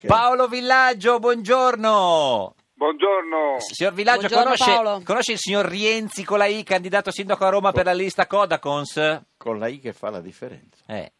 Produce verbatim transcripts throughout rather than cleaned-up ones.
Paolo Villaggio, buongiorno. Buongiorno. Signor Villaggio, Buongiorno, conosce, Paolo. conosce il signor Rienzi con la I, candidato sindaco a Roma per la lista Codacons? Con la I che fa la differenza. Eh.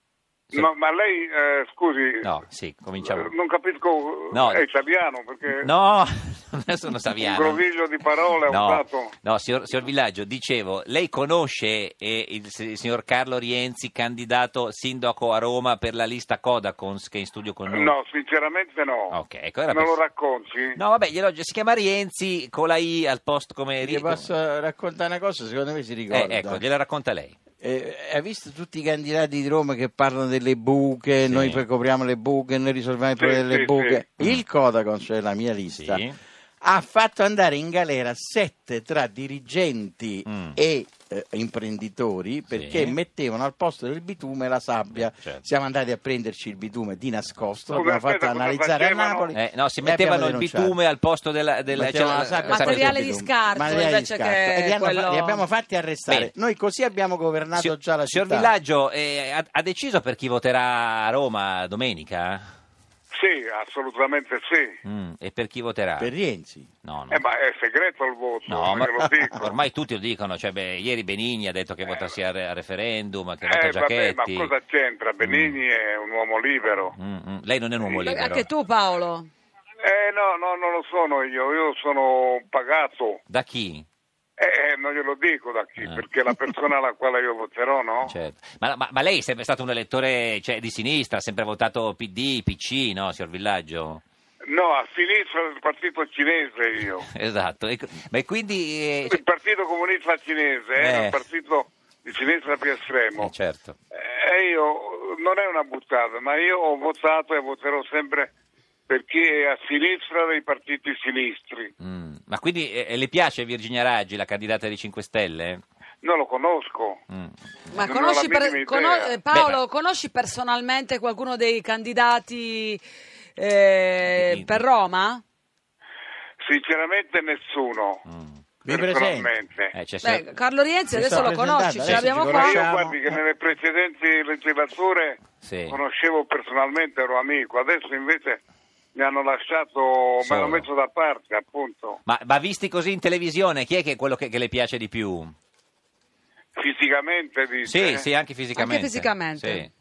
No, ma lei, eh, scusi, No, sì, cominciamo. non capisco, No. è italiano perché No, non sono un Saviano. groviglio di parole ha No, usato. no signor, signor Villaggio, dicevo, lei conosce eh, il, il signor Carlo Rienzi, candidato sindaco a Roma per la lista Codacons, che è in studio con noi? No, sinceramente no. Ok, ecco, era Me lo per- racconti? No, vabbè, glielo, si chiama Rienzi con la I al posto come... Ti posso raccontare una cosa, secondo me si Eh, ricorda. ecco, gliela racconta lei. Eh, hai visto tutti i candidati di Roma che parlano delle buche, Sì. noi poi copriamo le buche, noi risolviamo i Sì, problemi delle sì, buche. sì. Il Codacon, cioè la mia lista, Sì. ha fatto andare in galera sette tra dirigenti Mm. e eh, imprenditori perché Sì. mettevano al posto del bitume la sabbia. Certo. Siamo andati a prenderci il bitume di nascosto, Scusa, l'abbiamo aspetta, fatto cosa analizzare facevano? a Napoli. Eh, no, si e mettevano abbiamo il denunciato. bitume al posto della... della Mettevano cioè, la sabbia la- al posto Materiale del di bitume. scarto, Materiale di invece scarto. che E li, hanno fa- quello- li abbiamo fatti arrestare. Bene. Noi così abbiamo governato Signor, già la signor città. Villaggio, eh, ha, ha deciso per chi voterà a Roma domenica? Sì, assolutamente sì. Mm, e per chi voterà? Per Rienzi. No, no. Eh, ma è segreto il voto, No, non ma glielo dico. ormai tutti lo dicono, cioè, beh, ieri Benigni ha detto che vota sì al, al referendum, che vota Eh, vabbè, ma Giachetti. cosa c'entra? Benigni è un uomo libero. Mm, mm. Lei non è un uomo libero. Anche tu, Paolo. Eh, no, no, non lo sono io, io sono pagato. Da chi? Eh, non glielo dico da chi, Ah. perché la persona alla quale io voterò, no? Certo. Ma, ma- ma lei è sempre stato un elettore, cioè, di sinistra, ha sempre votato P D, P C, no, signor Villaggio? No, a sinistra del partito cinese io. Esatto. E, ma e quindi... eh, Il partito comunista cinese è Eh. un partito di sinistra più estremo. eh, certo. E io, non è una buttata, ma io ho votato e voterò sempre per chi è a sinistra dei partiti sinistri. Mm. Ma quindi eh, le piace Virginia Raggi, la candidata dei cinque Stelle? Non lo conosco. Mm. Ma Non conosci ho la per- minima cono- idea. eh, Paolo, Beh, ma- conosci personalmente qualcuno dei candidati eh, Sì. per Roma? Sinceramente nessuno. Mm. Mi presenti? Personalmente. Eh, c'è Beh, sempre- Carlo Rienzi Si adesso sta lo conosci, presentando, ce l'abbiamo adesso qua. ci Io conosciamo. guardi che nelle precedenti legislature Sì. conoscevo personalmente, ero amico, adesso invece mi hanno lasciato, mi Solo. hanno messo da parte, appunto. Ma, ma visti così in televisione, chi è che è quello che, che le piace di più? Fisicamente dice. Sì, sì, anche fisicamente. Anche fisicamente. Sì.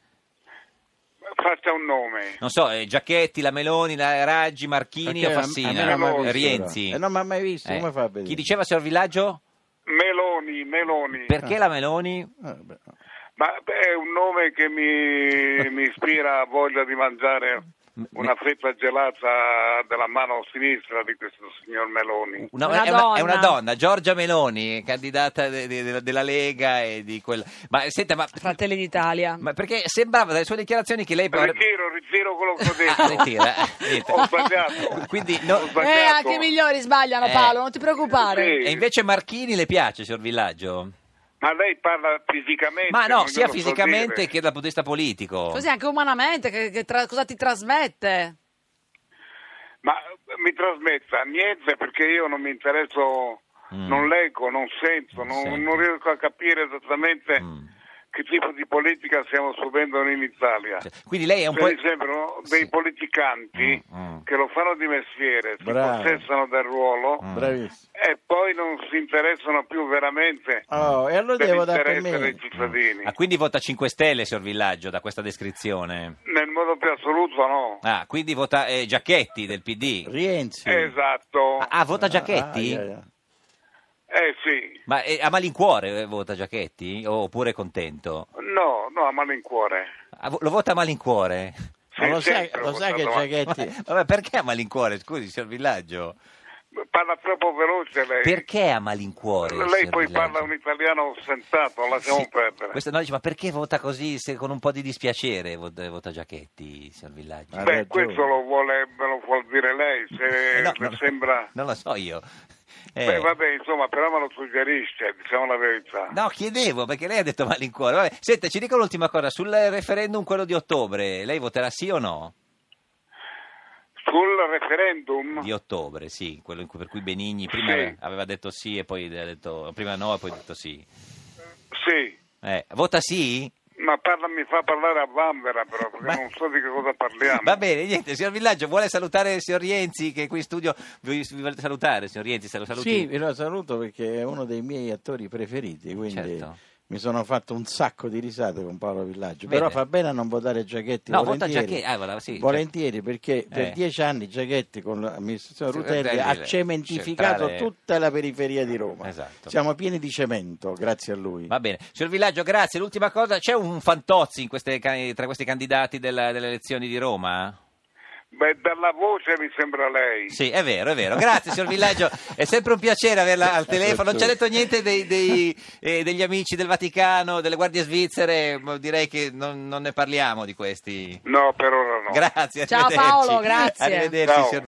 Faccia un nome. Non so, eh, Giachetti, la Meloni, la Raggi, Marchini Perché o a- Fassina? a me non mi ha visto, Rienzi. però. Eh, non mi ha mai visto, Eh, come fa a vedere? Chi diceva, signor Villaggio? Meloni, Meloni. Perché la Meloni? Ah, beh. Ma beh, è un nome che mi, mi ispira a voglia di mangiare una fetta gelata della mano sinistra di questo signor Meloni. Una- Una è, una, è una donna. donna, Giorgia Meloni, candidata de- de- de- della Lega e di quella. Ma senta, ma, Fratelli d'Italia. ma perché sembrava dalle sue dichiarazioni che lei. Ritiro, ritiro quello che ho detto. Ah, ritira, eh, niente. Ho sbagliato. Quindi, no- Ho sbagliato. Eh, anche i migliori sbagliano, Eh. Paolo, non ti preoccupare. Sì. E invece Marchini le piace, signor Villaggio? Ma lei parla fisicamente? Ma no, non sia glielo so fisicamente dire. che dal punto di vista politico. Così anche umanamente, che, che tra- cosa ti trasmette? Ma mi trasmetta niente perché io non mi interesso, Mm. non leggo, non sento, Non non, senti. non riesco a capire esattamente Mm. che tipo di politica stiamo subendo in Italia. Cioè, quindi lei è un Cioè, po'. mi sembrano dei Sì. politicanti Mm, mm. che lo fanno di mestiere, si Bravo. possessano del ruolo Mm. Bravissimo. e poi non si interessano più veramente Oh, e allora devo dare per dell'interesse me. dei cittadini. Ah, quindi vota cinque Stelle, signor Villaggio, da questa descrizione. Nel modo più assoluto no. Ah, quindi vota eh, Giachetti del P D. Rienzi. Esatto. Ah, ah, vota Giachetti? Ah, ah, ah. Eh sì. Ma eh, a malincuore eh, vota Giachetti? O- Oppure è contento? No, no, a malincuore. Ah, vo- lo vota a malincuore? Ma lo Sì, sai, sempre lo ho sai che votato a- Giachetti... Vabbè, perché a malincuore? Scusi, signor Villaggio. Parla troppo veloce lei. Perché a malincuore? Lei signor poi Villaggio? parla un italiano sensato, lasciamo Sì, perdere. questo no, dice, ma perché vota così, se con un po' di dispiacere vota, vota Giachetti, signor Villaggio? Ha Beh, ragione. questo lo vuole, me lo vuol dire lei, se Eh, no, le no, sembra... Non lo so io. Eh, Beh, vabbè, insomma, però me lo suggerisce, diciamo la verità. No, chiedevo, perché lei ha detto malincuore. Vabbè, senta, ci dica l'ultima cosa, sul referendum quello di ottobre, lei voterà sì o no? Sul referendum, Di ottobre, sì, quello in cui- per cui Benigni prima Sì. aveva detto sì e poi ha detto prima no e poi ha detto sì. sì, Eh, vota sì? Ma parla, mi fa parlare a Vanvera però, perché Ma- non so di che cosa parliamo. Va bene, niente, signor Villaggio, vuole salutare il signor Rienzi che è qui in studio, vi, vi volete salutare, signor Rienzi, se lo saluti? Sì, vi lo saluto perché è uno dei miei attori preferiti, quindi Certo. mi sono fatto un sacco di risate con Paolo Villaggio. Bene. Però fa bene a non votare Giachetti No, vota volentieri. Giachetti, ah, voilà, sì, volentieri perché per Eh. dieci anni Giachetti con l'amministrazione Sì, Rutelli Rutelli, ha le- cementificato centrale- tutta la periferia di Roma. Esatto. Siamo pieni di cemento, grazie a lui. Va bene, signor Villaggio, grazie. L'ultima cosa, c'è un Fantozzi in queste, ca- tra questi candidati della- delle elezioni di Roma? Beh, dalla voce mi sembra lei. Sì, è vero, è vero. Grazie, signor Villaggio. È sempre un piacere averla al telefono. Non ci ha detto niente dei- dei, eh, degli amici del Vaticano, delle guardie svizzere. ma Direi che non, non ne parliamo di questi. No, per ora no. Grazie, Ciao arrivederci. Paolo, grazie. Arrivederci, Ciao. signor